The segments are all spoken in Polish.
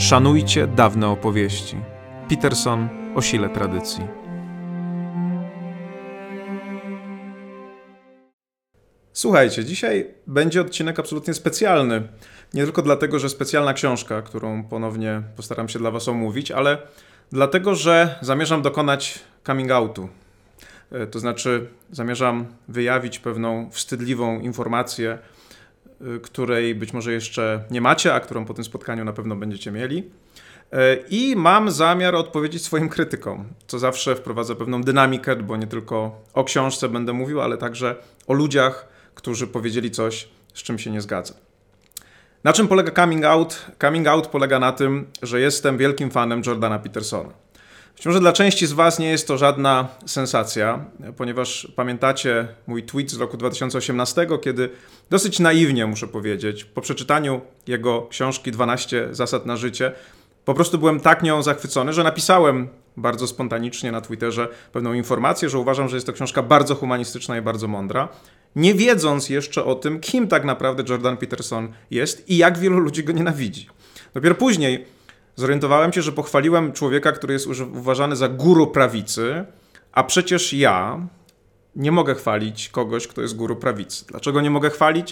Szanujcie dawne opowieści. Peterson o sile tradycji. Słuchajcie, dzisiaj będzie odcinek absolutnie specjalny. Nie tylko dlatego, że specjalna książka, którą ponownie postaram się dla was omówić, ale dlatego, że zamierzam dokonać coming outu. To znaczy zamierzam wyjawić pewną wstydliwą informację, której być może jeszcze nie macie, a którą po tym spotkaniu na pewno będziecie mieli. I mam zamiar odpowiedzieć swoim krytykom, co zawsze wprowadza pewną dynamikę, bo nie tylko o książce będę mówił, ale także o ludziach, którzy powiedzieli coś, z czym się nie zgadzam. Na czym polega coming out? Coming out polega na tym, że jestem wielkim fanem Jordana Petersona. Być może dla części z was nie jest to żadna sensacja, ponieważ pamiętacie mój tweet z roku 2018, kiedy dosyć naiwnie, muszę powiedzieć, po przeczytaniu jego książki 12 zasad na życie, po prostu byłem tak nią zachwycony, że napisałem bardzo spontanicznie na Twitterze pewną informację, że uważam, że jest to książka bardzo humanistyczna i bardzo mądra, nie wiedząc jeszcze o tym, kim tak naprawdę Jordan Peterson jest i jak wielu ludzi go nienawidzi. Dopiero później zorientowałem się, że pochwaliłem człowieka, który jest uważany za guru prawicy, a przecież ja nie mogę chwalić kogoś, kto jest guru prawicy. Dlaczego nie mogę chwalić?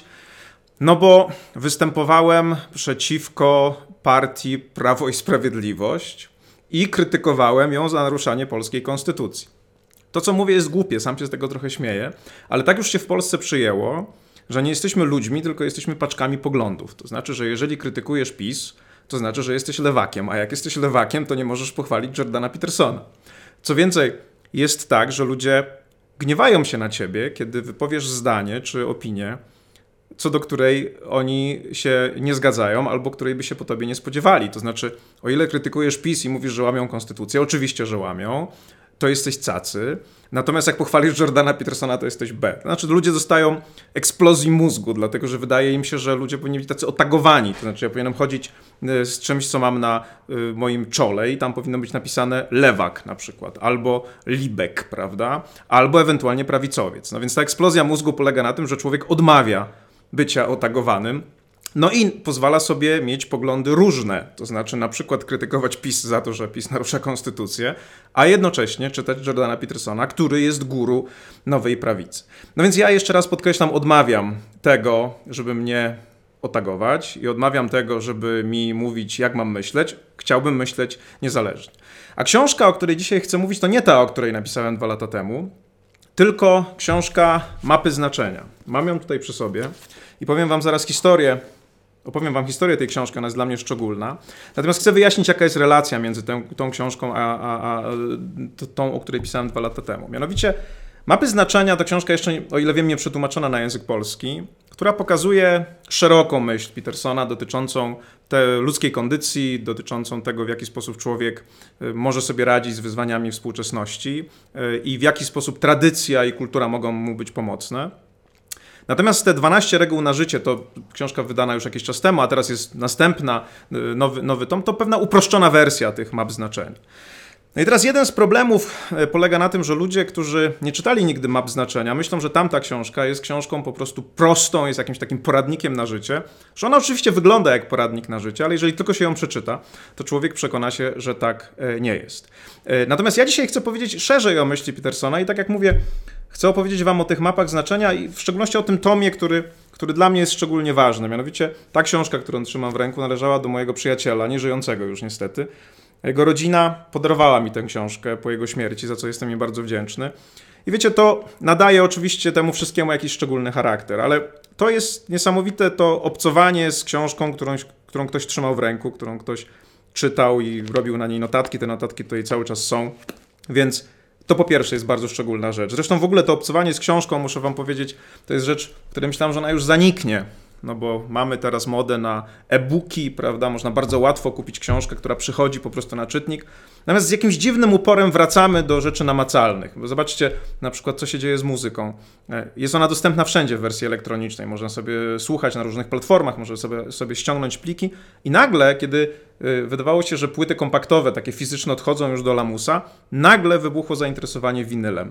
No bo występowałem przeciwko partii Prawo i Sprawiedliwość i krytykowałem ją za naruszanie polskiej konstytucji. To, co mówię, jest głupie, sam się z tego trochę śmieję, ale tak już się w Polsce przyjęło, że nie jesteśmy ludźmi, tylko jesteśmy paczkami poglądów. To znaczy, że jeżeli krytykujesz PiS, to znaczy, że jesteś lewakiem, a jak jesteś lewakiem, to nie możesz pochwalić Jordana Petersona. Co więcej, jest tak, że ludzie gniewają się na ciebie, kiedy wypowiesz zdanie czy opinię, co do której oni się nie zgadzają albo której by się po tobie nie spodziewali. To znaczy, o ile krytykujesz PiS i mówisz, że łamią konstytucję, oczywiście, że łamią, to jesteś cacy. Natomiast jak pochwalisz Jordana Petersona, to jesteś B. To znaczy, ludzie dostają eksplozji mózgu, dlatego że wydaje im się, że ludzie powinni być tacy otagowani. To znaczy, ja powinienem chodzić z czymś, co mam na moim czole i tam powinno być napisane lewak na przykład, albo libek, prawda? Albo ewentualnie prawicowiec. No więc ta eksplozja mózgu polega na tym, że człowiek odmawia bycia otagowanym, no i pozwala sobie mieć poglądy różne, to znaczy na przykład krytykować PiS za to, że PiS narusza konstytucję, a jednocześnie czytać Jordana Petersona, który jest guru nowej prawicy. No więc ja jeszcze raz podkreślam, odmawiam tego, żeby mnie otagować i odmawiam tego, żeby mi mówić, jak mam myśleć. Chciałbym myśleć niezależnie. A książka, o której dzisiaj chcę mówić, to nie ta, o której napisałem 2 lata temu, tylko książka Mapy Znaczenia. Mam ją tutaj przy sobie i powiem wam zaraz opowiem wam historię tej książki, ona jest dla mnie szczególna. Natomiast chcę wyjaśnić, jaka jest relacja między tą książką a tą, o której pisałem 2 lata temu. Mianowicie Mapy Znaczenia to książka jeszcze, o ile wiem, nie przetłumaczona na język polski, która pokazuje szeroką myśl Petersona dotyczącą tej ludzkiej kondycji, dotyczącą tego, w jaki sposób człowiek może sobie radzić z wyzwaniami współczesności i w jaki sposób tradycja i kultura mogą mu być pomocne. Natomiast te 12 reguł na życie, to książka wydana już jakiś czas temu, a teraz jest następna, nowy tom, to pewna uproszczona wersja tych map znaczeń. No i teraz jeden z problemów polega na tym, że ludzie, którzy nie czytali nigdy map znaczenia, myślą, że tamta książka jest książką po prostu prostą, jest jakimś takim poradnikiem na życie, że ona oczywiście wygląda jak poradnik na życie, ale jeżeli tylko się ją przeczyta, to człowiek przekona się, że tak nie jest. Natomiast ja dzisiaj chcę powiedzieć szerzej o myśli Petersona i tak jak mówię, chcę opowiedzieć wam o tych mapach znaczenia i w szczególności o tym tomie, który dla mnie jest szczególnie ważny. Mianowicie ta książka, którą trzymam w ręku, należała do mojego przyjaciela, nieżyjącego już niestety. Jego rodzina podarowała mi tę książkę po jego śmierci, za co jestem jej bardzo wdzięczny. I wiecie, to nadaje oczywiście temu wszystkiemu jakiś szczególny charakter, ale to jest niesamowite to obcowanie z książką, którą ktoś trzymał w ręku, którą ktoś czytał i robił na niej notatki. Te notatki tutaj cały czas są, więc to po pierwsze jest bardzo szczególna rzecz. Zresztą w ogóle to obcowanie z książką, muszę wam powiedzieć, to jest rzecz, o której myślałem, że ona już zaniknie. No bo mamy teraz modę na e-booki, prawda? Można bardzo łatwo kupić książkę, która przychodzi po prostu na czytnik. Natomiast z jakimś dziwnym uporem wracamy do rzeczy namacalnych. Bo zobaczcie na przykład, co się dzieje z muzyką. Jest ona dostępna wszędzie w wersji elektronicznej. Można sobie słuchać na różnych platformach, można sobie ściągnąć pliki. I nagle, kiedy wydawało się, że płyty kompaktowe, takie fizyczne odchodzą już do lamusa, nagle wybuchło zainteresowanie winylem.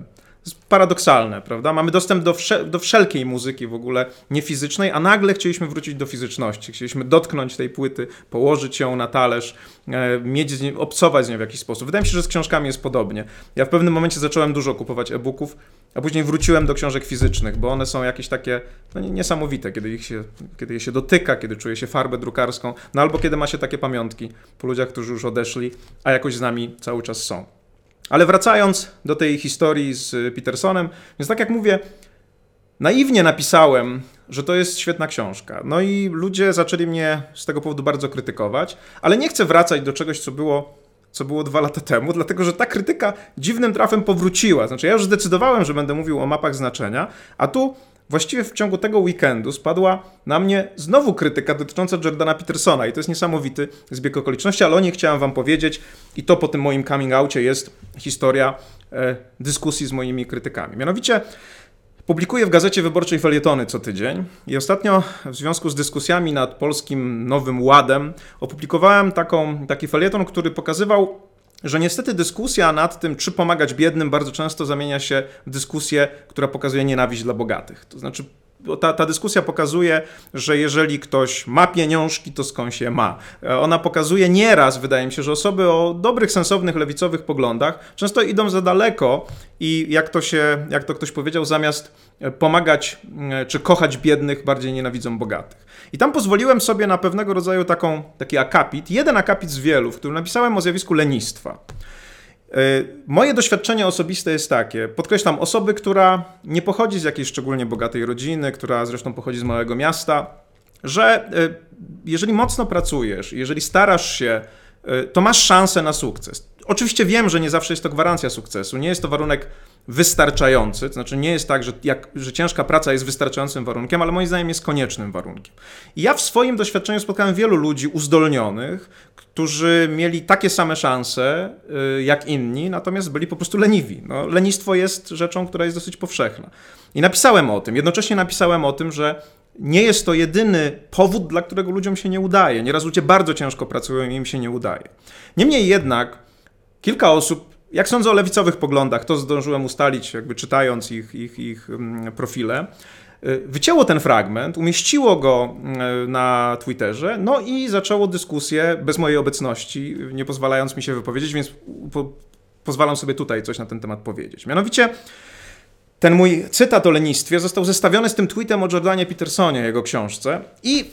jest paradoksalne, prawda? Mamy dostęp do wszelkiej muzyki w ogóle niefizycznej, a nagle chcieliśmy wrócić do fizyczności. Chcieliśmy dotknąć tej płyty, położyć ją na talerz, obcować z nią w jakiś sposób. Wydaje mi się, że z książkami jest podobnie. Ja w pewnym momencie zacząłem dużo kupować e-booków, a później wróciłem do książek fizycznych, bo one są jakieś takie niesamowite, kiedy je się dotyka, kiedy czuje się farbę drukarską, no albo kiedy ma się takie pamiątki po ludziach, którzy już odeszli, a jakoś z nami cały czas są. Ale wracając do tej historii z Petersonem, więc tak jak mówię, naiwnie napisałem, że to jest świetna książka. No i ludzie zaczęli mnie z tego powodu bardzo krytykować, ale nie chcę wracać do czegoś, co było 2 lata temu, dlatego że ta krytyka dziwnym trafem powróciła. Znaczy ja już zdecydowałem, że będę mówił o mapach znaczenia, a tu właściwie w ciągu tego weekendu spadła na mnie znowu krytyka dotycząca Jordana Petersona i to jest niesamowity zbieg okoliczności, ale o niej chciałem wam powiedzieć i to po tym moim coming outie jest historia dyskusji z moimi krytykami. Mianowicie publikuję w Gazecie Wyborczej felietony co tydzień i ostatnio w związku z dyskusjami nad Polskim Nowym Ładem opublikowałem taki felieton, który pokazywał, że niestety dyskusja nad tym, czy pomagać biednym, bardzo często zamienia się w dyskusję, która pokazuje nienawiść dla bogatych. To znaczy, ta dyskusja pokazuje, że jeżeli ktoś ma pieniążki, to skąd się ma. Ona pokazuje nieraz, wydaje mi się, że osoby o dobrych, sensownych, lewicowych poglądach często idą za daleko i jak to ktoś powiedział, zamiast pomagać czy kochać biednych, bardziej nienawidzą bogatych. I tam pozwoliłem sobie na pewnego rodzaju taki akapit, jeden akapit z wielu, w którym napisałem o zjawisku lenistwa. Moje doświadczenie osobiste jest takie, podkreślam, osoby, która nie pochodzi z jakiejś szczególnie bogatej rodziny, która zresztą pochodzi z małego miasta, że jeżeli mocno pracujesz, jeżeli starasz się, to masz szansę na sukces. Oczywiście wiem, że nie zawsze jest to gwarancja sukcesu, nie jest to warunek wystarczający, to znaczy nie jest tak, że ciężka praca jest wystarczającym warunkiem, ale moim zdaniem jest koniecznym warunkiem. I ja w swoim doświadczeniu spotkałem wielu ludzi uzdolnionych, którzy mieli takie same szanse jak inni, natomiast byli po prostu leniwi. No, lenistwo jest rzeczą, która jest dosyć powszechna. I napisałem o tym. Jednocześnie napisałem o tym, że nie jest to jedyny powód, dla którego ludziom się nie udaje. Nieraz ludzie bardzo ciężko pracują i im się nie udaje. Niemniej jednak kilka osób, jak sądzę o lewicowych poglądach, to zdążyłem ustalić, jakby czytając ich profile, wycięło ten fragment, umieściło go na Twitterze, no i zaczęło dyskusję bez mojej obecności, nie pozwalając mi się wypowiedzieć, więc pozwalam sobie tutaj coś na ten temat powiedzieć. Mianowicie ten mój cytat o lenistwie został zestawiony z tym tweetem o Jordanie Petersonie, jego książce i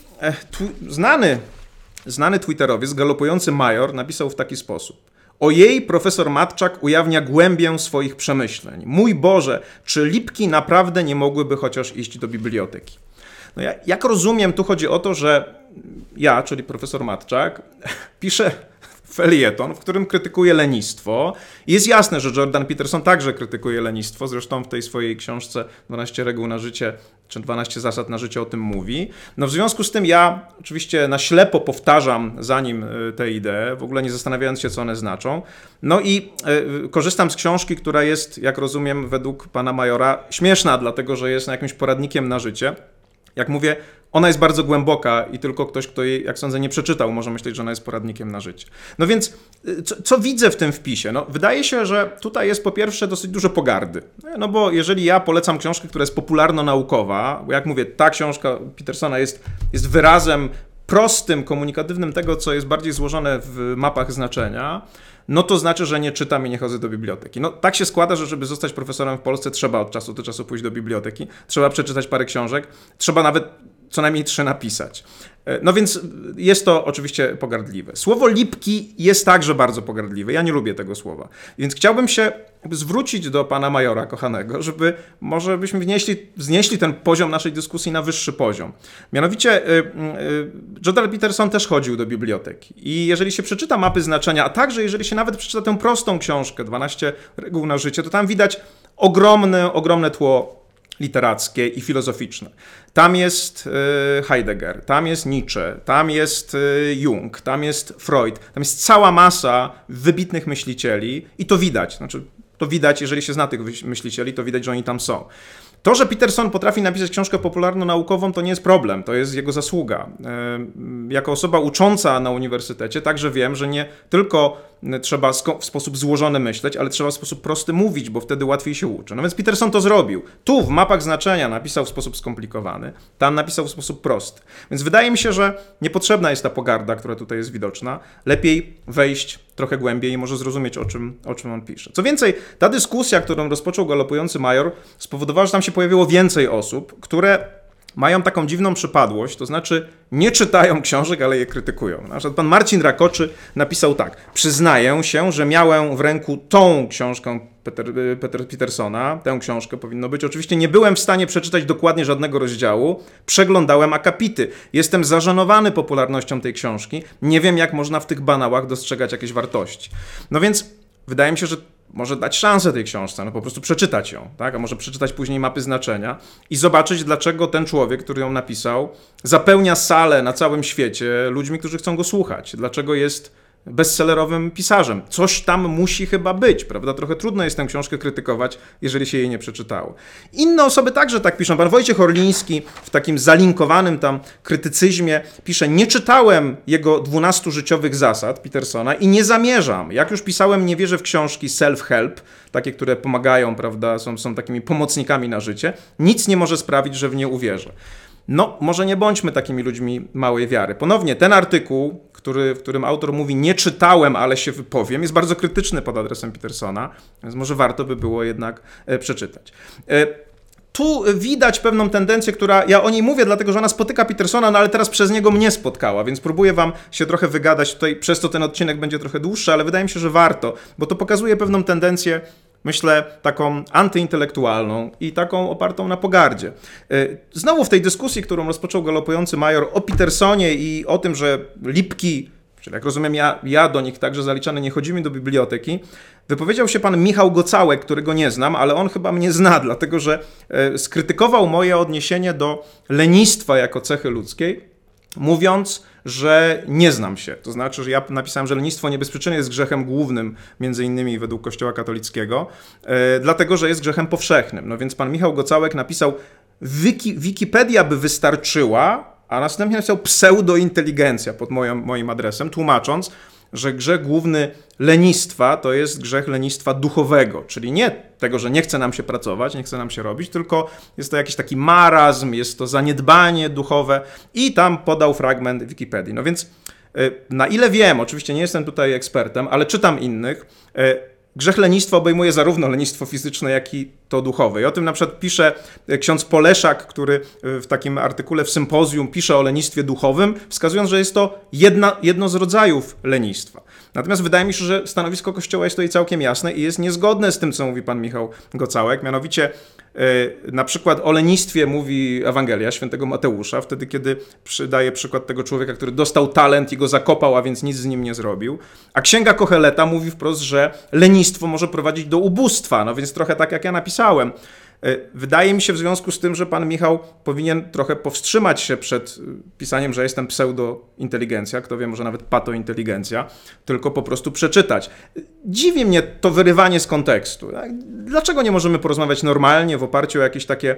znany twitterowiec, galopujący major, napisał w taki sposób. Ojej, profesor Matczak ujawnia głębię swoich przemyśleń. Mój Boże, czy lipki naprawdę nie mogłyby chociaż iść do biblioteki? No jak rozumiem, tu chodzi o to, że ja, czyli profesor Matczak, piszę felieton, w którym krytykuje lenistwo. I jest jasne, że Jordan Peterson także krytykuje lenistwo, zresztą w tej swojej książce 12 reguł na życie, czy 12 zasad na życie o tym mówi. No w związku z tym ja oczywiście na ślepo powtarzam za nim te idee, w ogóle nie zastanawiając się, co one znaczą. No i korzystam z książki, która jest, jak rozumiem, według pana majora śmieszna, dlatego że jest jakimś poradnikiem na życie. Jak mówię, ona jest bardzo głęboka i tylko ktoś, kto jej, jak sądzę, nie przeczytał, może myśleć, że ona jest poradnikiem na życie. No więc, co widzę w tym wpisie? No, wydaje się, że tutaj jest po pierwsze dosyć dużo pogardy. No bo jeżeli ja polecam książkę, która jest popularno-naukowa, bo jak mówię, ta książka Petersona jest wyrazem prostym, komunikatywnym tego, co jest bardziej złożone w mapach znaczenia, no to znaczy, że nie czytam i nie chodzę do biblioteki. No tak się składa, że żeby zostać profesorem w Polsce, trzeba od czasu do czasu pójść do biblioteki, trzeba przeczytać parę książek, trzeba nawet co najmniej 3 napisać. No więc jest to oczywiście pogardliwe. Słowo lipki jest także bardzo pogardliwe. Ja nie lubię tego słowa. Więc chciałbym się zwrócić do pana majora kochanego, żeby może byśmy wznieśli ten poziom naszej dyskusji na wyższy poziom. Mianowicie Jordan Peterson też chodził do biblioteki. I jeżeli się przeczyta mapy znaczenia, a także jeżeli się nawet przeczyta tę prostą książkę 12 reguł na życie, to tam widać ogromne tło literackie i filozoficzne. Tam jest Heidegger, tam jest Nietzsche, tam jest Jung, tam jest Freud, tam jest cała masa wybitnych myślicieli i to widać. Znaczy, to widać, jeżeli się zna tych myślicieli, to widać, że oni tam są. To, że Peterson potrafi napisać książkę popularno-naukową, to nie jest problem, to jest jego zasługa. Jako osoba ucząca na uniwersytecie także wiem, że nie tylko trzeba w sposób złożony myśleć, ale trzeba w sposób prosty mówić, bo wtedy łatwiej się uczy. No więc Peterson to zrobił. Tu w mapach znaczenia napisał w sposób skomplikowany, tam napisał w sposób prosty. Więc wydaje mi się, że niepotrzebna jest ta pogarda, która tutaj jest widoczna. Lepiej wejść trochę głębiej i może zrozumieć, o czym on pisze. Co więcej, ta dyskusja, którą rozpoczął galopujący major, spowodowała, że tam się pojawiło więcej osób, które mają taką dziwną przypadłość, to znaczy nie czytają książek, ale je krytykują. Na przykład pan Marcin Rakoczy napisał tak: przyznaję się, że miałem w ręku tą książkę Petersona, tę książkę powinno być. Oczywiście nie byłem w stanie przeczytać dokładnie żadnego rozdziału, przeglądałem akapity. Jestem zażenowany popularnością tej książki, nie wiem, jak można w tych banałach dostrzegać jakieś wartości. No więc wydaje mi się, że może dać szansę tej książce, no po prostu przeczytać ją, tak? A może przeczytać później mapy znaczenia i zobaczyć, dlaczego ten człowiek, który ją napisał, zapełnia salę na całym świecie ludźmi, którzy chcą go słuchać. Dlaczego jest bestsellerowym pisarzem. Coś tam musi chyba być, prawda? Trochę trudno jest tę książkę krytykować, jeżeli się jej nie przeczytało. Inne osoby także tak piszą. Pan Wojciech Orliński w takim zalinkowanym tam krytycyzmie pisze: nie czytałem jego 12 życiowych zasad Petersona i nie zamierzam. Jak już pisałem, nie wierzę w książki self-help, takie, które pomagają, prawda, są takimi pomocnikami na życie. Nic nie może sprawić, że w nie uwierzę. No, może nie bądźmy takimi ludźmi małej wiary. Ponownie, ten artykuł, w którym autor mówi: nie czytałem, ale się wypowiem, jest bardzo krytyczny pod adresem Petersona, więc może warto by było jednak przeczytać. Tu widać pewną tendencję, ja o niej mówię, dlatego że ona spotyka Petersona, no ale teraz przez niego mnie spotkała, więc próbuję wam się trochę wygadać tutaj, przez to ten odcinek będzie trochę dłuższy, ale wydaje mi się, że warto, bo to pokazuje pewną tendencję, myślę, taką antyintelektualną i taką opartą na pogardzie. Znowu w tej dyskusji, którą rozpoczął galopujący major o Petersonie i o tym, że Lipki, czyli jak rozumiem ja do nich także zaliczany, nie chodzimy do biblioteki, wypowiedział się pan Michał Gocałek, którego nie znam, ale on chyba mnie zna, dlatego że skrytykował moje odniesienie do lenistwa jako cechy ludzkiej, mówiąc, że nie znam się. To znaczy, że ja napisałem, że lenistwo nie bez przyczyny jest grzechem głównym, między innymi według Kościoła katolickiego, dlatego, że jest grzechem powszechnym. No więc pan Michał Gocałek napisał: Wikipedia by wystarczyła, a następnie napisał pseudointeligencja pod moim adresem, tłumacząc, że grzech główny lenistwa to jest grzech lenistwa duchowego, czyli nie tego, że nie chce nam się pracować, nie chce nam się robić, tylko jest to jakiś taki marazm, jest to zaniedbanie duchowe i tam podał fragment Wikipedii. No więc na ile wiem, oczywiście nie jestem tutaj ekspertem, ale czytam innych, grzech lenistwa obejmuje zarówno lenistwo fizyczne, jak i to duchowe. I o tym na przykład pisze ksiądz Poleszak, który w takim artykule w Sympozjum pisze o lenistwie duchowym, wskazując, że jest to jedno z rodzajów lenistwa. Natomiast wydaje mi się, że stanowisko Kościoła jest tutaj całkiem jasne i jest niezgodne z tym, co mówi pan Michał Gocałek. Mianowicie na przykład o lenistwie mówi Ewangelia świętego Mateusza, wtedy kiedy daje przykład tego człowieka, który dostał talent i go zakopał, a więc nic z nim nie zrobił. A księga Kocheleta mówi wprost, że lenistwo może prowadzić do ubóstwa, no więc trochę tak jak ja napisałem. Wydaje mi się w związku z tym, że pan Michał powinien trochę powstrzymać się przed pisaniem, że jestem pseudointeligencja, kto wie, może nawet patointeligencja, tylko po prostu przeczytać. Dziwi mnie to wyrywanie z kontekstu. Dlaczego nie możemy porozmawiać normalnie, w oparciu o jakieś takie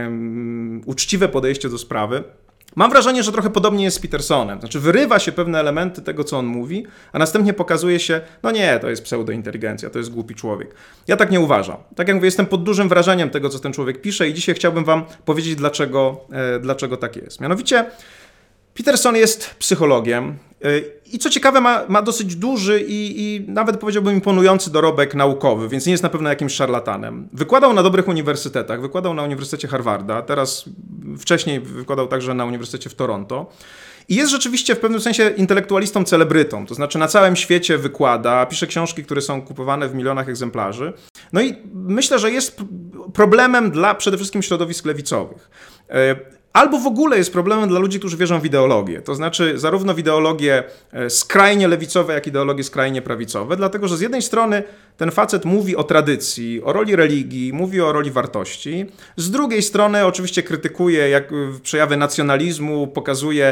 uczciwe podejście do sprawy? Mam wrażenie, że trochę podobnie jest z Petersonem. Znaczy wyrywa się pewne elementy tego, co on mówi, a następnie pokazuje się, no nie, to jest pseudointeligencja, to jest głupi człowiek. Ja tak nie uważam. Tak jak mówię, jestem pod dużym wrażeniem tego, co ten człowiek pisze i dzisiaj chciałbym wam powiedzieć, dlaczego tak jest. Mianowicie Peterson jest psychologiem i co ciekawe ma dosyć duży i nawet powiedziałbym imponujący dorobek naukowy, więc nie jest na pewno jakimś szarlatanem. Wykładał na dobrych uniwersytetach, wykładał na Uniwersytecie Harvarda, wcześniej wykładał także na Uniwersytecie w Toronto. I jest rzeczywiście w pewnym sensie intelektualistą celebrytą, to znaczy na całym świecie wykłada, pisze książki, które są kupowane w milionach egzemplarzy. No i myślę, że jest problemem dla przede wszystkim środowisk lewicowych. Albo w ogóle jest problemem dla ludzi, którzy wierzą w ideologię. To znaczy zarówno w ideologie skrajnie lewicowe, jak i ideologie skrajnie prawicowe, dlatego że z jednej strony ten facet mówi o tradycji, o roli religii, mówi o roli wartości. Z drugiej strony oczywiście krytykuje przejawy nacjonalizmu, pokazuje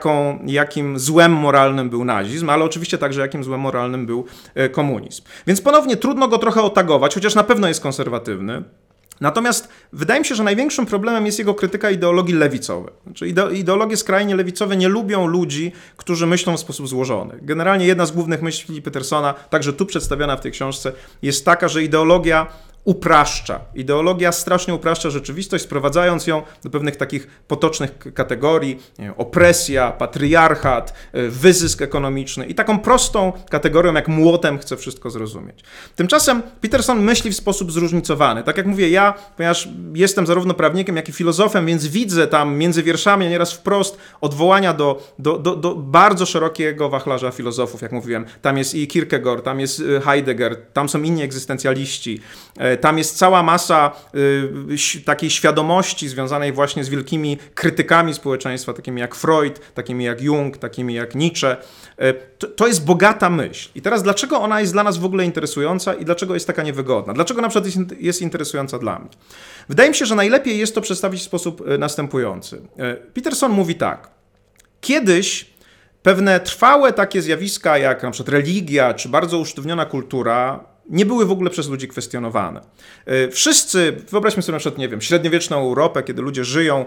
jakim złem moralnym był nazizm, ale oczywiście także jakim złem moralnym był komunizm. Więc ponownie trudno go trochę otagować, chociaż na pewno jest konserwatywny. Natomiast wydaje mi się, że największym problemem jest jego krytyka ideologii lewicowej. Znaczy ideologie skrajnie lewicowe nie lubią ludzi, którzy myślą w sposób złożony. Generalnie jedna z głównych myśli Petersona, także tu przedstawiona w tej książce, jest taka, że ideologia upraszcza. Ideologia strasznie upraszcza rzeczywistość, sprowadzając ją do pewnych takich potocznych kategorii, nie wiem, opresja, patriarchat, wyzysk ekonomiczny i taką prostą kategorią jak młotem chce wszystko zrozumieć. Tymczasem Peterson myśli w sposób zróżnicowany. Tak jak mówię, ja, ponieważ jestem zarówno prawnikiem, jak i filozofem, więc widzę tam między wierszami nieraz wprost odwołania do bardzo szerokiego wachlarza filozofów, jak mówiłem. Tam jest i Kierkegaard, tam jest Heidegger, tam są inni egzystencjaliści. Tam jest cała masa takiej świadomości związanej właśnie z wielkimi krytykami społeczeństwa, takimi jak Freud, takimi jak Jung, takimi jak Nietzsche. To jest bogata myśl. I teraz dlaczego ona jest dla nas w ogóle interesująca i dlaczego jest taka niewygodna? Dlaczego na przykład jest interesująca dla mnie? Wydaje mi się, że najlepiej jest to przedstawić w sposób następujący. Peterson mówi tak. Kiedyś pewne trwałe takie zjawiska jak na przykład religia czy bardzo usztywniona kultura nie były w ogóle przez ludzi kwestionowane. Wszyscy, wyobraźmy sobie na przykład, nie wiem, średniowieczną Europę, kiedy ludzie żyją,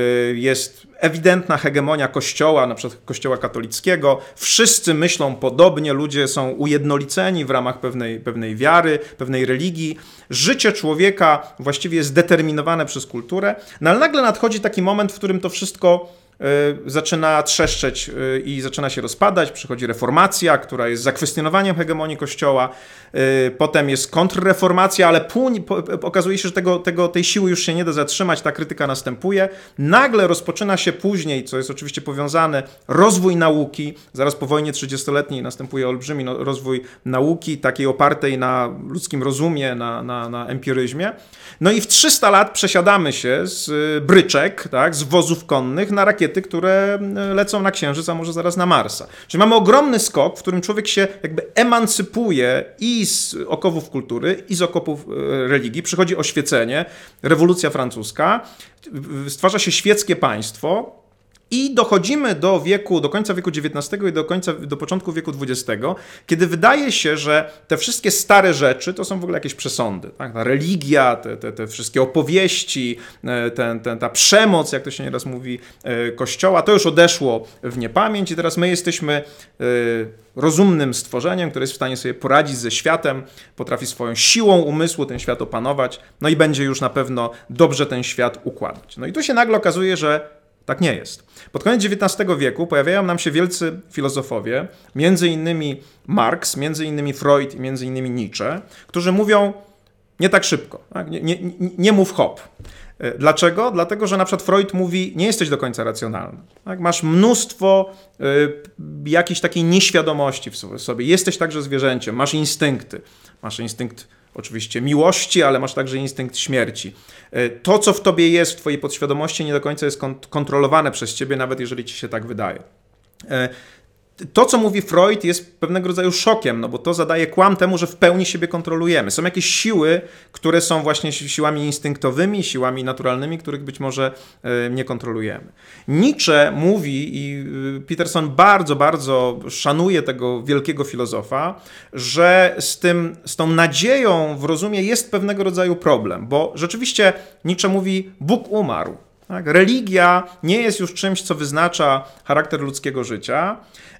jest ewidentna hegemonia Kościoła, na przykład Kościoła katolickiego, wszyscy myślą podobnie, ludzie są ujednoliceni w ramach pewnej wiary, pewnej religii. Życie człowieka właściwie jest determinowane przez kulturę, no ale nagle nadchodzi taki moment, w którym to wszystko zaczyna trzeszczeć i zaczyna się rozpadać. Przychodzi reformacja, która jest zakwestionowaniem hegemonii Kościoła. Potem jest kontrreformacja, ale okazuje się, że tej siły już się nie da zatrzymać, ta krytyka następuje. Nagle rozpoczyna się później, co jest oczywiście powiązane, rozwój nauki. Zaraz po wojnie 30-letniej następuje olbrzymi rozwój nauki, takiej opartej na ludzkim rozumie, na empiryzmie. No i w 300 lat przesiadamy się z bryczek, tak, z wozów konnych na rakiety, które lecą na Księżyc, a może zaraz na Marsa. Czyli mamy ogromny skok, w którym człowiek się jakby emancypuje i z okowów kultury, i z okopów religii. Przychodzi oświecenie, rewolucja francuska, stwarza się świeckie państwo. I dochodzimy do końca wieku XIX i do początku wieku XX, kiedy wydaje się, że te wszystkie stare rzeczy to są w ogóle jakieś przesądy. Tak? Ta religia, te wszystkie opowieści, ta przemoc, jak to się nieraz mówi, Kościoła, to już odeszło w niepamięć i teraz my jesteśmy rozumnym stworzeniem, które jest w stanie sobie poradzić ze światem, potrafi swoją siłą umysłu ten świat opanować, no i będzie już na pewno dobrze ten świat układać. No i tu się nagle okazuje, że tak nie jest. Pod koniec XIX wieku pojawiają nam się wielcy filozofowie, między innymi Marx, między innymi Freud i między innymi Nietzsche, którzy mówią nie tak szybko, tak? Nie mów hop. Dlaczego? Dlatego, że na przykład Freud mówi, nie jesteś do końca racjonalny. Tak? Masz mnóstwo jakiejś takiej nieświadomości w sobie. Jesteś także zwierzęciem, masz instynkty. Masz instynkt oczywiście miłości, ale masz także instynkt śmierci. To, co w tobie jest, w twojej podświadomości, nie do końca jest kontrolowane przez ciebie, nawet jeżeli ci się tak wydaje. To, co mówi Freud, jest pewnego rodzaju szokiem, no bo to zadaje kłam temu, że w pełni siebie kontrolujemy. Są jakieś siły, które są właśnie siłami instynktowymi, siłami naturalnymi, których być może nie kontrolujemy. Nietzsche mówi, i Peterson bardzo, bardzo szanuje tego wielkiego filozofa, że z tą nadzieją w rozumie jest pewnego rodzaju problem, bo rzeczywiście Nietzsche mówi, Bóg umarł. Tak? Religia nie jest już czymś, co wyznacza charakter ludzkiego życia,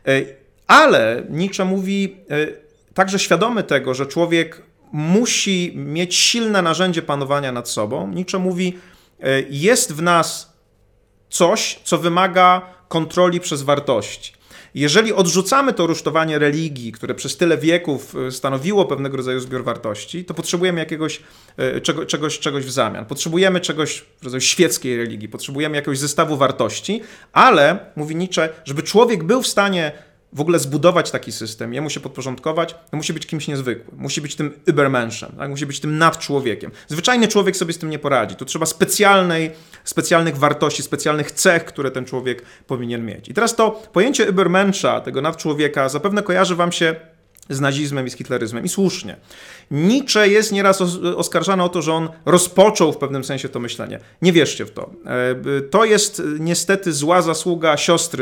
ale Nietzsche mówi, także świadomy tego, że człowiek musi mieć silne narzędzie panowania nad sobą. Nietzsche mówi, jest w nas coś, co wymaga kontroli przez wartości. Jeżeli odrzucamy to rusztowanie religii, które przez tyle wieków stanowiło pewnego rodzaju zbiór wartości, to potrzebujemy czegoś w zamian. Potrzebujemy czegoś w rodzaju świeckiej religii, potrzebujemy jakiegoś zestawu wartości, ale, mówi Nietzsche, żeby człowiek był w stanie w ogóle zbudować taki system, jemu się podporządkować, to musi być kimś niezwykłym. Musi być tym Übermenschem, tak? Musi być tym nadczłowiekiem. Zwyczajny człowiek sobie z tym nie poradzi. Tu trzeba specjalnych wartości, specjalnych cech, które ten człowiek powinien mieć. I teraz to pojęcie Übermenscha, tego nadczłowieka, zapewne kojarzy wam się z nazizmem i z hitleryzmem. I słusznie. Nietzsche jest nieraz oskarżany o to, że on rozpoczął w pewnym sensie to myślenie. Nie wierzcie w to. To jest niestety zła zasługa siostry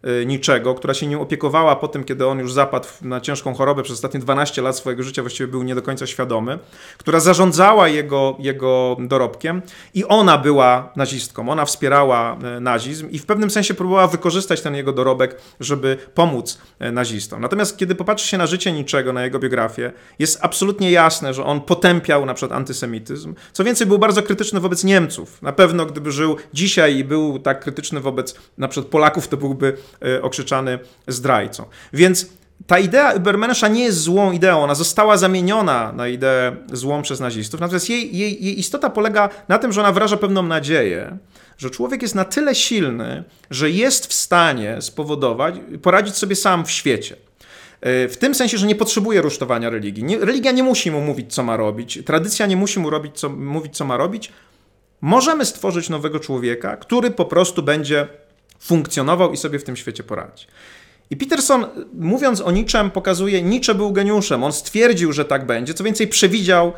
Niczego, która się nim opiekowała po tym, kiedy on już zapadł na ciężką chorobę, przez ostatnie 12 lat swojego życia właściwie był nie do końca świadomy, która zarządzała jego dorobkiem i ona była nazistką, ona wspierała nazizm i w pewnym sensie próbowała wykorzystać ten jego dorobek, żeby pomóc nazistom. Natomiast kiedy popatrzy się na życie Niczego, na jego biografię, jest absolutnie jasne, że on potępiał na przykład antysemityzm. Co więcej, był bardzo krytyczny wobec Niemców. Na pewno, gdyby żył dzisiaj i był tak krytyczny wobec na przykład Polaków, to byłby okrzyczany zdrajcą. Więc ta idea Übermenscha nie jest złą ideą, ona została zamieniona na ideę złą przez nazistów, natomiast jej istota polega na tym, że ona wyraża pewną nadzieję, że człowiek jest na tyle silny, że jest w stanie poradzić sobie sam w świecie. W tym sensie, że nie potrzebuje rusztowania religii. Religia nie musi mu mówić, co ma robić, tradycja nie musi mu mówić, co ma robić. Możemy stworzyć nowego człowieka, który po prostu będzie funkcjonował i sobie w tym świecie poradzi. I Peterson, mówiąc o Nietzschem, pokazuje, Nietzsche był geniuszem. On stwierdził, że tak będzie. Co więcej, przewidział,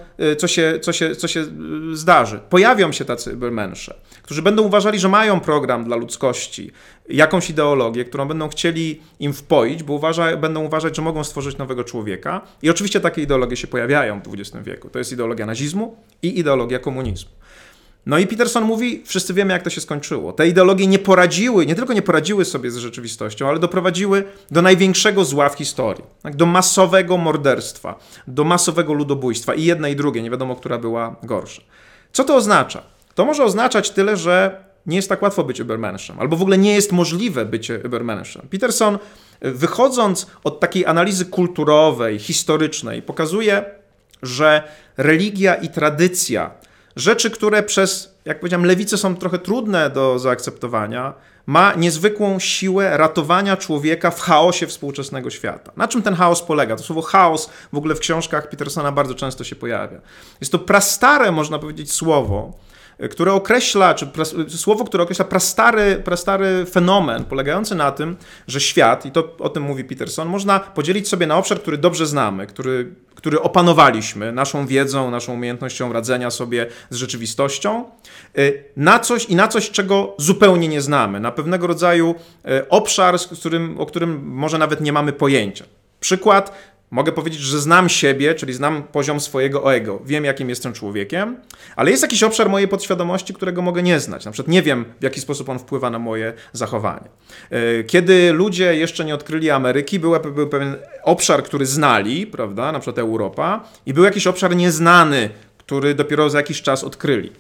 co się zdarzy. Pojawią się tacy Übermensche, którzy będą uważali, że mają program dla ludzkości, jakąś ideologię, którą będą chcieli im wpoić, bo będą uważać, że mogą stworzyć nowego człowieka. I oczywiście takie ideologie się pojawiają w XX wieku. To jest ideologia nazizmu i ideologia komunizmu. No i Peterson mówi, wszyscy wiemy, jak to się skończyło. Te ideologie nie tylko nie poradziły sobie z rzeczywistością, ale doprowadziły do największego zła w historii. Tak? Do masowego morderstwa, do masowego ludobójstwa. I jedne, i drugie, nie wiadomo, która była gorsza. Co to oznacza? To może oznaczać tyle, że nie jest tak łatwo być Übermenschem, albo w ogóle nie jest możliwe bycie Übermenschem. Peterson, wychodząc od takiej analizy kulturowej, historycznej, pokazuje, że religia i tradycja, rzeczy, które przez, jak powiedziałem, lewicę są trochę trudne do zaakceptowania, ma niezwykłą siłę ratowania człowieka w chaosie współczesnego świata. Na czym ten chaos polega? To słowo chaos w ogóle w książkach Petersona bardzo często się pojawia. Jest to prastare, można powiedzieć, słowo, które określa, prastary fenomen polegający na tym, że świat, i to o tym mówi Peterson, można podzielić sobie na obszar, który dobrze znamy, który opanowaliśmy naszą wiedzą, naszą umiejętnością radzenia sobie z rzeczywistością, na coś, czego zupełnie nie znamy, na pewnego rodzaju obszar, o którym może nawet nie mamy pojęcia. Przykład, mogę powiedzieć, że znam siebie, czyli znam poziom swojego ego, wiem, jakim jestem człowiekiem, ale jest jakiś obszar mojej podświadomości, którego mogę nie znać. Na przykład nie wiem, w jaki sposób on wpływa na moje zachowanie. Kiedy ludzie jeszcze nie odkryli Ameryki, był pewien obszar, który znali, prawda, na przykład Europa, i był jakiś obszar nieznany, który dopiero za jakiś czas odkryli.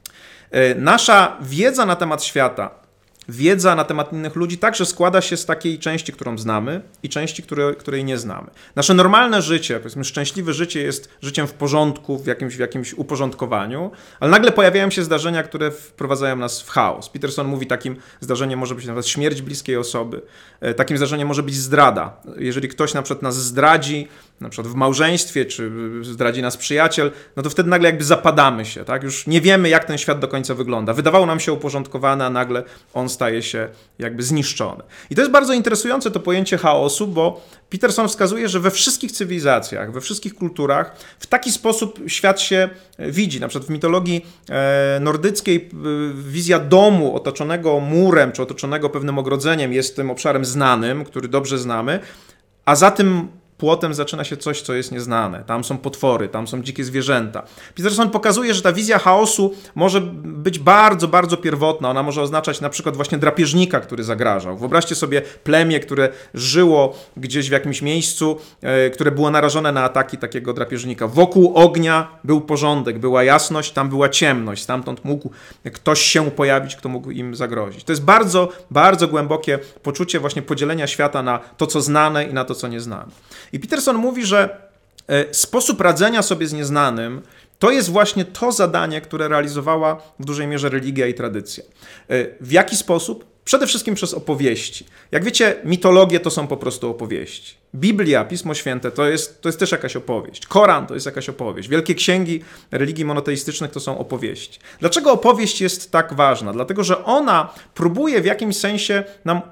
Nasza wiedza na temat świata, wiedza na temat innych ludzi także składa się z takiej części, którą znamy i części, której nie znamy. Nasze normalne życie, powiedzmy szczęśliwe życie jest życiem w porządku, w jakimś uporządkowaniu, ale nagle pojawiają się zdarzenia, które wprowadzają nas w chaos. Peterson mówi, takim zdarzeniem może być na przykład śmierć bliskiej osoby, takim zdarzeniem może być zdrada. Jeżeli ktoś na przykład nas zdradzi, na przykład w małżeństwie, czy zdradzi nas przyjaciel, no to wtedy nagle jakby zapadamy się, tak? Już nie wiemy, jak ten świat do końca wygląda. Wydawało nam się uporządkowany, a nagle on staje się jakby zniszczony. I to jest bardzo interesujące to pojęcie chaosu, bo Peterson wskazuje, że we wszystkich cywilizacjach, we wszystkich kulturach w taki sposób świat się widzi. Na przykład w mitologii nordyckiej wizja domu otoczonego murem, czy otoczonego pewnym ogrodzeniem jest tym obszarem znanym, który dobrze znamy, a za tym płotem zaczyna się coś, co jest nieznane. Tam są potwory, tam są dzikie zwierzęta. Peterson pokazuje, że ta wizja chaosu może być bardzo, bardzo pierwotna. Ona może oznaczać na przykład właśnie drapieżnika, który zagrażał. Wyobraźcie sobie plemię, które żyło gdzieś w jakimś miejscu, które było narażone na ataki takiego drapieżnika. Wokół ognia był porządek, była jasność, tam była ciemność. Stamtąd mógł ktoś się pojawić, kto mógł im zagrozić. To jest bardzo, bardzo głębokie poczucie właśnie podzielenia świata na to, co znane i na to, co nieznane. I Peterson mówi, że sposób radzenia sobie z nieznanym to jest właśnie to zadanie, które realizowała w dużej mierze religia i tradycja. W jaki sposób? Przede wszystkim przez opowieści. Jak wiecie, mitologie to są po prostu opowieści. Biblia, Pismo Święte to jest też jakaś opowieść. Koran to jest jakaś opowieść. Wielkie księgi religii monoteistycznych to są opowieści. Dlaczego opowieść jest tak ważna? Dlatego, że ona próbuje w jakimś sensie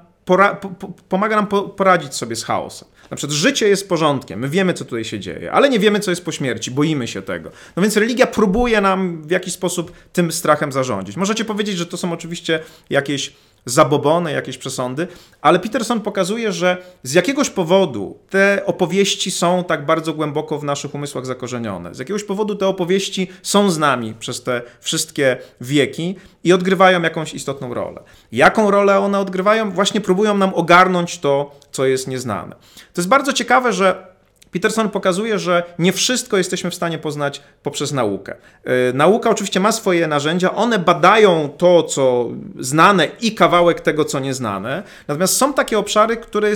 pomaga nam poradzić sobie z chaosem. Na przykład życie jest porządkiem, my wiemy, co tutaj się dzieje, ale nie wiemy, co jest po śmierci, boimy się tego. No więc religia próbuje nam w jakiś sposób tym strachem zarządzić. Możecie powiedzieć, że to są oczywiście jakieś zabobony, jakieś przesądy, ale Peterson pokazuje, że z jakiegoś powodu te opowieści są tak bardzo głęboko w naszych umysłach zakorzenione. Z jakiegoś powodu te opowieści są z nami przez te wszystkie wieki i odgrywają jakąś istotną rolę. Jaką rolę one odgrywają? Właśnie próbują nam ogarnąć to, co jest nieznane. To jest bardzo ciekawe, że Peterson pokazuje, że nie wszystko jesteśmy w stanie poznać poprzez naukę. Nauka oczywiście ma swoje narzędzia, one badają to, co znane i kawałek tego, co nieznane. Natomiast są takie obszary,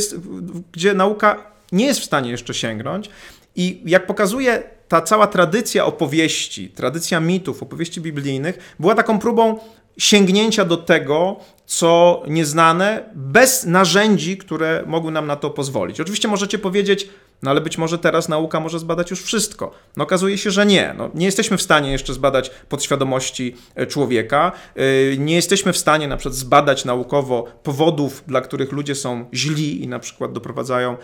gdzie nauka nie jest w stanie jeszcze sięgnąć. I jak pokazuje ta cała tradycja opowieści, tradycja mitów, opowieści biblijnych, była taką próbą sięgnięcia do tego, co nieznane, bez narzędzi, które mogły nam na to pozwolić. Oczywiście możecie powiedzieć, no ale być może teraz nauka może zbadać już wszystko. No okazuje się, że nie. No, nie jesteśmy w stanie jeszcze zbadać podświadomości człowieka. Nie jesteśmy w stanie na przykład zbadać naukowo powodów, dla których ludzie są źli i na przykład doprowadzają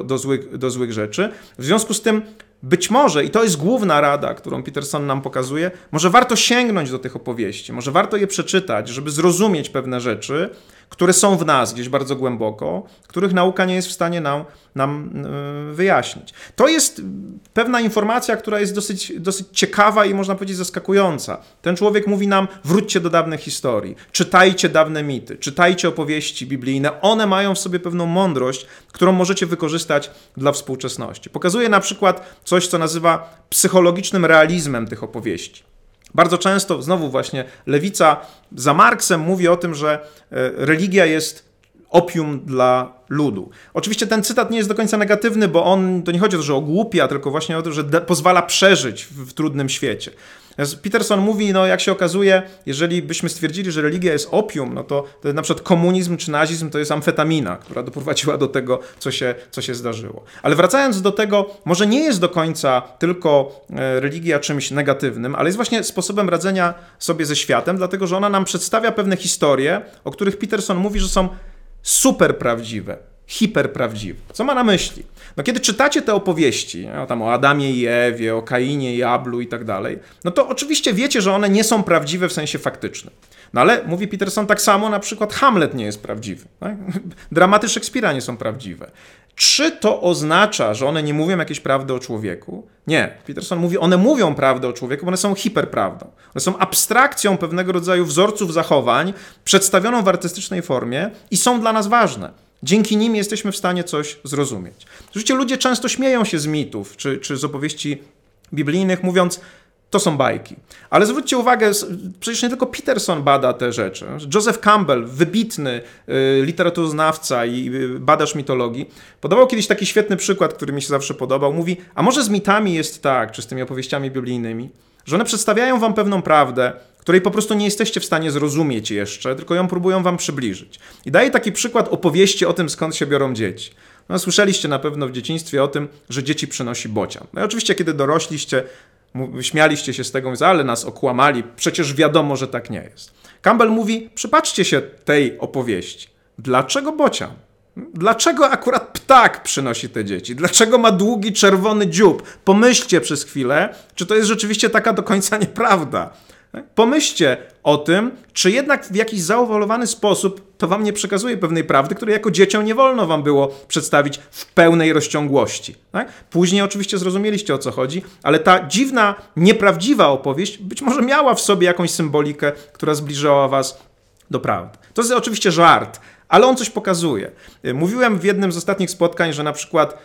do złych rzeczy. W związku z tym być może, i to jest główna rada, którą Peterson nam pokazuje, może warto sięgnąć do tych opowieści, może warto je przeczytać, żeby zrozumieć pewne rzeczy, które są w nas gdzieś bardzo głęboko, których nauka nie jest w stanie nam wyjaśnić. To jest pewna informacja, która jest dosyć ciekawa i można powiedzieć zaskakująca. Ten człowiek mówi nam, wróćcie do dawnych historii, czytajcie dawne mity, czytajcie opowieści biblijne, one mają w sobie pewną mądrość, którą możecie wykorzystać dla współczesności. Pokazuje na przykład coś, co nazywa psychologicznym realizmem tych opowieści. Bardzo często, znowu właśnie, lewica za Marksem mówi o tym, że religia jest opium dla ludu. Oczywiście ten cytat nie jest do końca negatywny, bo to nie chodzi o to, że ogłupia, tylko właśnie o to, że pozwala przeżyć w trudnym świecie. Peterson mówi, no jak się okazuje, jeżeli byśmy stwierdzili, że religia jest opium, no to na przykład komunizm czy nazizm to jest amfetamina, która doprowadziła do tego, co się zdarzyło. Ale wracając do tego, może nie jest do końca tylko religia czymś negatywnym, ale jest właśnie sposobem radzenia sobie ze światem, dlatego że ona nam przedstawia pewne historie, o których Peterson mówi, że są super prawdziwe, hiperprawdziwe. Co ma na myśli? No kiedy czytacie te opowieści, no, tam o Adamie i Ewie, o Kainie i Ablu i tak dalej, no to oczywiście wiecie, że one nie są prawdziwe w sensie faktycznym. No ale, mówi Peterson, tak samo na przykład Hamlet nie jest prawdziwy. Tak? Dramaty Szekspira nie są prawdziwe. Czy to oznacza, że one nie mówią jakiejś prawdy o człowieku? Nie. Peterson mówi, one mówią prawdę o człowieku, bo one są hiperprawdą. One są abstrakcją pewnego rodzaju wzorców zachowań, przedstawioną w artystycznej formie i są dla nas ważne. Dzięki nim jesteśmy w stanie coś zrozumieć. Oczywiście ludzie często śmieją się z mitów czy z opowieści biblijnych, mówiąc, to są bajki. Ale zwróćcie uwagę, przecież nie tylko Peterson bada te rzeczy. Joseph Campbell, wybitny literaturoznawca i badacz mitologii, podawał kiedyś taki świetny przykład, który mi się zawsze podobał. Mówi, a może z mitami jest tak, czy z tymi opowieściami biblijnymi, że one przedstawiają wam pewną prawdę, której po prostu nie jesteście w stanie zrozumieć jeszcze, tylko ją próbują wam przybliżyć. I daje taki przykład opowieści o tym, skąd się biorą dzieci. No, słyszeliście na pewno w dzieciństwie o tym, że dzieci przynosi bocian. No i oczywiście, kiedy dorośliście, śmialiście się z tego, mówiąc, ale nas okłamali, przecież wiadomo, że tak nie jest. Campbell mówi, przypatrzcie się tej opowieści. Dlaczego bocian? Dlaczego akurat ptak przynosi te dzieci? Dlaczego ma długi, czerwony dziób? Pomyślcie przez chwilę, czy to jest rzeczywiście taka do końca nieprawda. Pomyślcie o tym, czy jednak w jakiś zaowalowany sposób to wam nie przekazuje pewnej prawdy, której jako dzieciom nie wolno wam było przedstawić w pełnej rozciągłości. Tak? Później oczywiście zrozumieliście, o co chodzi, ale ta dziwna, nieprawdziwa opowieść być może miała w sobie jakąś symbolikę, która zbliżała was do prawdy. To jest oczywiście żart, ale on coś pokazuje. Mówiłem w jednym z ostatnich spotkań, że na przykład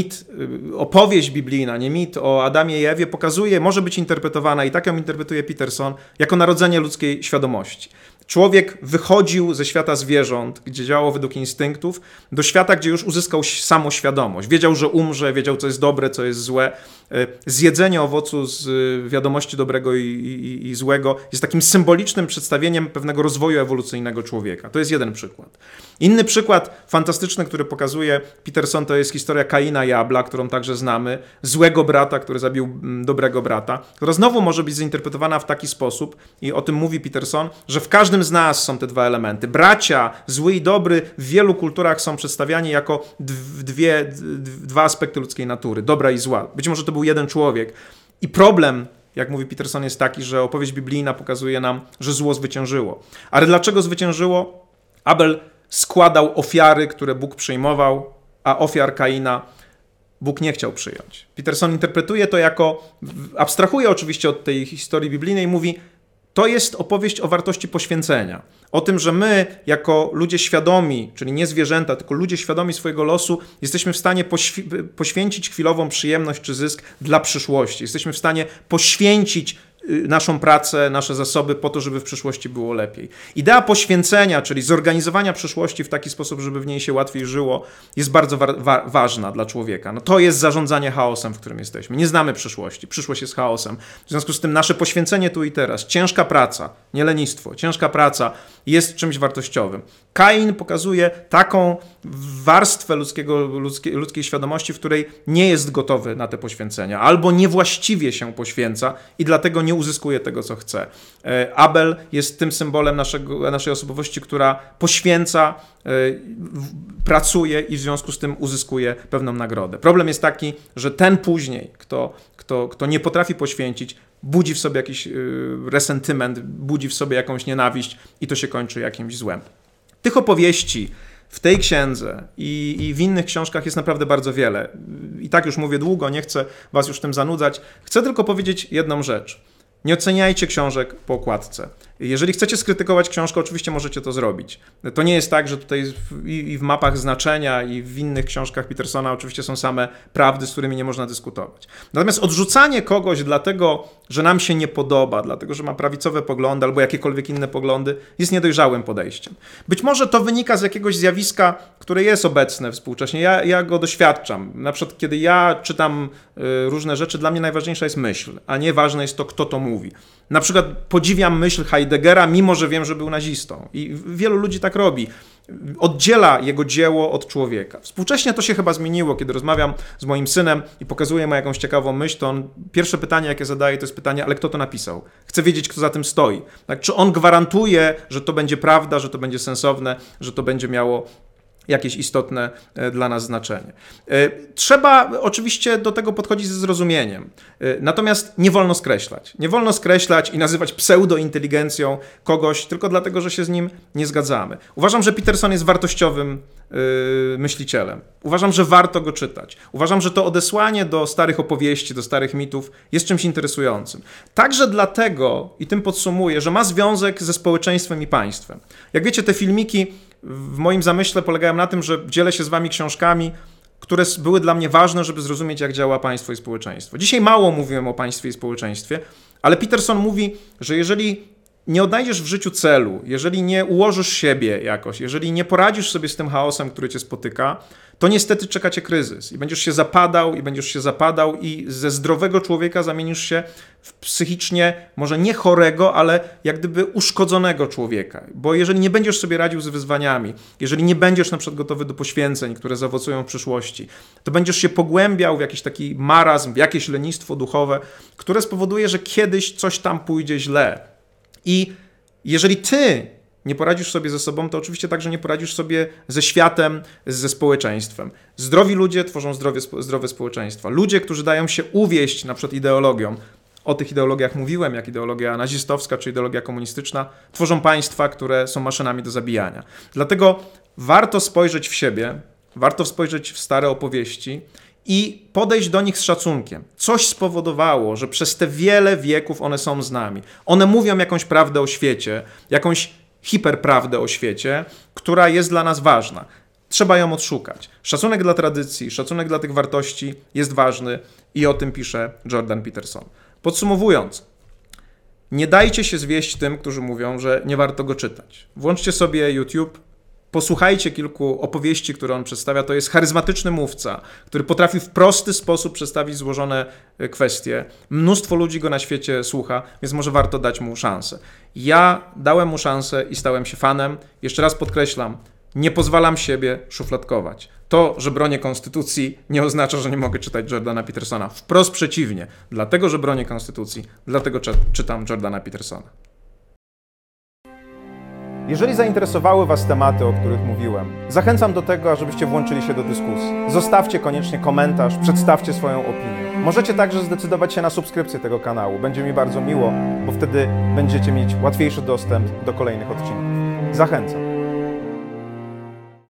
opowieść biblijna, nie mit o Adamie i Ewie może być interpretowana, i tak ją interpretuje Peterson, jako narodzenie ludzkiej świadomości. Człowiek wychodził ze świata zwierząt, gdzie działał według instynktów, do świata, gdzie już uzyskał samoświadomość. Wiedział, że umrze, wiedział, co jest dobre, co jest złe. Zjedzenie owocu z wiadomości dobrego i złego jest takim symbolicznym przedstawieniem pewnego rozwoju ewolucyjnego człowieka. To jest jeden przykład. Inny przykład fantastyczny, który pokazuje Peterson, to jest historia Kaina i Abla, którą także znamy. Złego brata, który zabił dobrego brata, która znowu może być zinterpretowana w taki sposób, i o tym mówi Peterson, że w każdym z nas są te dwa elementy. Bracia, zły i dobry, w wielu kulturach są przedstawiani jako dwa aspekty ludzkiej natury, dobra i zła. Być może to był jeden człowiek. I problem, jak mówi Peterson, jest taki, że opowieść biblijna pokazuje nam, że zło zwyciężyło. Ale dlaczego zwyciężyło? Abel składał ofiary, które Bóg przyjmował, a ofiar Kaina Bóg nie chciał przyjąć. Peterson interpretuje to jako, abstrahuje oczywiście od tej historii biblijnej, mówi, to jest opowieść o wartości poświęcenia. O tym, że my, jako ludzie świadomi, czyli nie zwierzęta, tylko ludzie świadomi swojego losu, jesteśmy w stanie poświęcić chwilową przyjemność czy zysk dla przyszłości. Jesteśmy w stanie poświęcić naszą pracę, nasze zasoby po to, żeby w przyszłości było lepiej. Idea poświęcenia, czyli zorganizowania przyszłości w taki sposób, żeby w niej się łatwiej żyło, jest bardzo ważna dla człowieka. No to jest zarządzanie chaosem, w którym jesteśmy. Nie znamy przyszłości. Przyszłość jest chaosem. W związku z tym nasze poświęcenie tu i teraz, ciężka praca, nie lenistwo, ciężka praca jest czymś wartościowym. Kain pokazuje taką warstwę ludzkiej świadomości, w której nie jest gotowy na te poświęcenia, albo niewłaściwie się poświęca i dlatego nie uzyskuje tego, co chce. Abel jest tym symbolem naszej osobowości, która poświęca, pracuje i w związku z tym uzyskuje pewną nagrodę. Problem jest taki, że ten później, kto nie potrafi poświęcić, budzi w sobie jakiś resentyment, budzi w sobie jakąś nienawiść i to się kończy jakimś złem. Tych opowieści w tej księdze i w innych książkach jest naprawdę bardzo wiele. I tak już mówię długo, nie chcę was już tym zanudzać. Chcę tylko powiedzieć jedną rzecz. Nie oceniajcie książek po okładce. Jeżeli chcecie skrytykować książkę, oczywiście możecie to zrobić. To nie jest tak, że tutaj i w mapach znaczenia, i w innych książkach Petersona oczywiście są same prawdy, z którymi nie można dyskutować. Natomiast odrzucanie kogoś dlatego, że nam się nie podoba, dlatego, że ma prawicowe poglądy albo jakiekolwiek inne poglądy, jest niedojrzałym podejściem. Być może to wynika z jakiegoś zjawiska, które jest obecne współcześnie. Ja go doświadczam. Na przykład, kiedy ja czytam różne rzeczy, dla mnie najważniejsza jest myśl, a nie ważne jest to, kto to mówi. Na przykład podziwiam myśl Heideggera, mimo że wiem, że był nazistą. I wielu ludzi tak robi. Oddziela jego dzieło od człowieka. Współcześnie to się chyba zmieniło, kiedy rozmawiam z moim synem i pokazuję mu jakąś ciekawą myśl, to on pierwsze pytanie, jakie zadaje, to jest pytanie, ale kto to napisał? Chcę wiedzieć, kto za tym stoi. Tak? Czy on gwarantuje, że to będzie prawda, że to będzie sensowne, że to będzie miało jakieś istotne dla nas znaczenie. Trzeba oczywiście do tego podchodzić ze zrozumieniem. Natomiast nie wolno skreślać. Nie wolno skreślać i nazywać pseudointeligencją kogoś tylko dlatego, że się z nim nie zgadzamy. Uważam, że Peterson jest wartościowym myślicielem. Uważam, że warto go czytać. Uważam, że to odesłanie do starych opowieści, do starych mitów jest czymś interesującym. Także dlatego, i tym podsumuję, że ma związek ze społeczeństwem i państwem. Jak wiecie, te filmiki w moim zamyśle polegają na tym, że dzielę się z wami książkami, które były dla mnie ważne, żeby zrozumieć, jak działa państwo i społeczeństwo. Dzisiaj mało mówiłem o państwie i społeczeństwie, ale Peterson mówi, że jeżeli nie odnajdziesz w życiu celu, jeżeli nie ułożysz siebie jakoś, jeżeli nie poradzisz sobie z tym chaosem, który cię spotyka, to niestety czeka cię kryzys i będziesz się zapadał i ze zdrowego człowieka zamienisz się w psychicznie, może nie chorego, ale jak gdyby uszkodzonego człowieka. Bo jeżeli nie będziesz sobie radził z wyzwaniami, jeżeli nie będziesz na przykład gotowy do poświęceń, które zaowocują w przyszłości, to będziesz się pogłębiał w jakiś taki marazm, w jakieś lenistwo duchowe, które spowoduje, że kiedyś coś tam pójdzie źle. I jeżeli ty nie poradzisz sobie ze sobą, to oczywiście także nie poradzisz sobie ze światem, ze społeczeństwem. Zdrowi ludzie tworzą zdrowe społeczeństwa. Ludzie, którzy dają się uwieść na przykład ideologią, o tych ideologiach mówiłem, jak ideologia nazistowska czy ideologia komunistyczna, tworzą państwa, które są maszynami do zabijania. Dlatego warto spojrzeć w siebie, warto spojrzeć w stare opowieści i podejść do nich z szacunkiem. Coś spowodowało, że przez te wiele wieków one są z nami. One mówią jakąś prawdę o świecie, jakąś hiperprawdę o świecie, która jest dla nas ważna. Trzeba ją odszukać. Szacunek dla tradycji, szacunek dla tych wartości jest ważny i o tym pisze Jordan Peterson. Podsumowując, nie dajcie się zwieść tym, którzy mówią, że nie warto go czytać. Włączcie sobie YouTube, posłuchajcie kilku opowieści, które on przedstawia. To jest charyzmatyczny mówca, który potrafi w prosty sposób przedstawić złożone kwestie. Mnóstwo ludzi go na świecie słucha, więc może warto dać mu szansę. Ja dałem mu szansę i stałem się fanem. Jeszcze raz podkreślam, nie pozwalam siebie szufladkować. To, że bronię konstytucji, nie oznacza, że nie mogę czytać Jordana Petersona. Wprost przeciwnie. Dlatego, że bronię konstytucji, dlatego czytam Jordana Petersona. Jeżeli zainteresowały was tematy, o których mówiłem, zachęcam do tego, ażebyście włączyli się do dyskusji. Zostawcie koniecznie komentarz, przedstawcie swoją opinię. Możecie także zdecydować się na subskrypcję tego kanału. Będzie mi bardzo miło, bo wtedy będziecie mieć łatwiejszy dostęp do kolejnych odcinków. Zachęcam.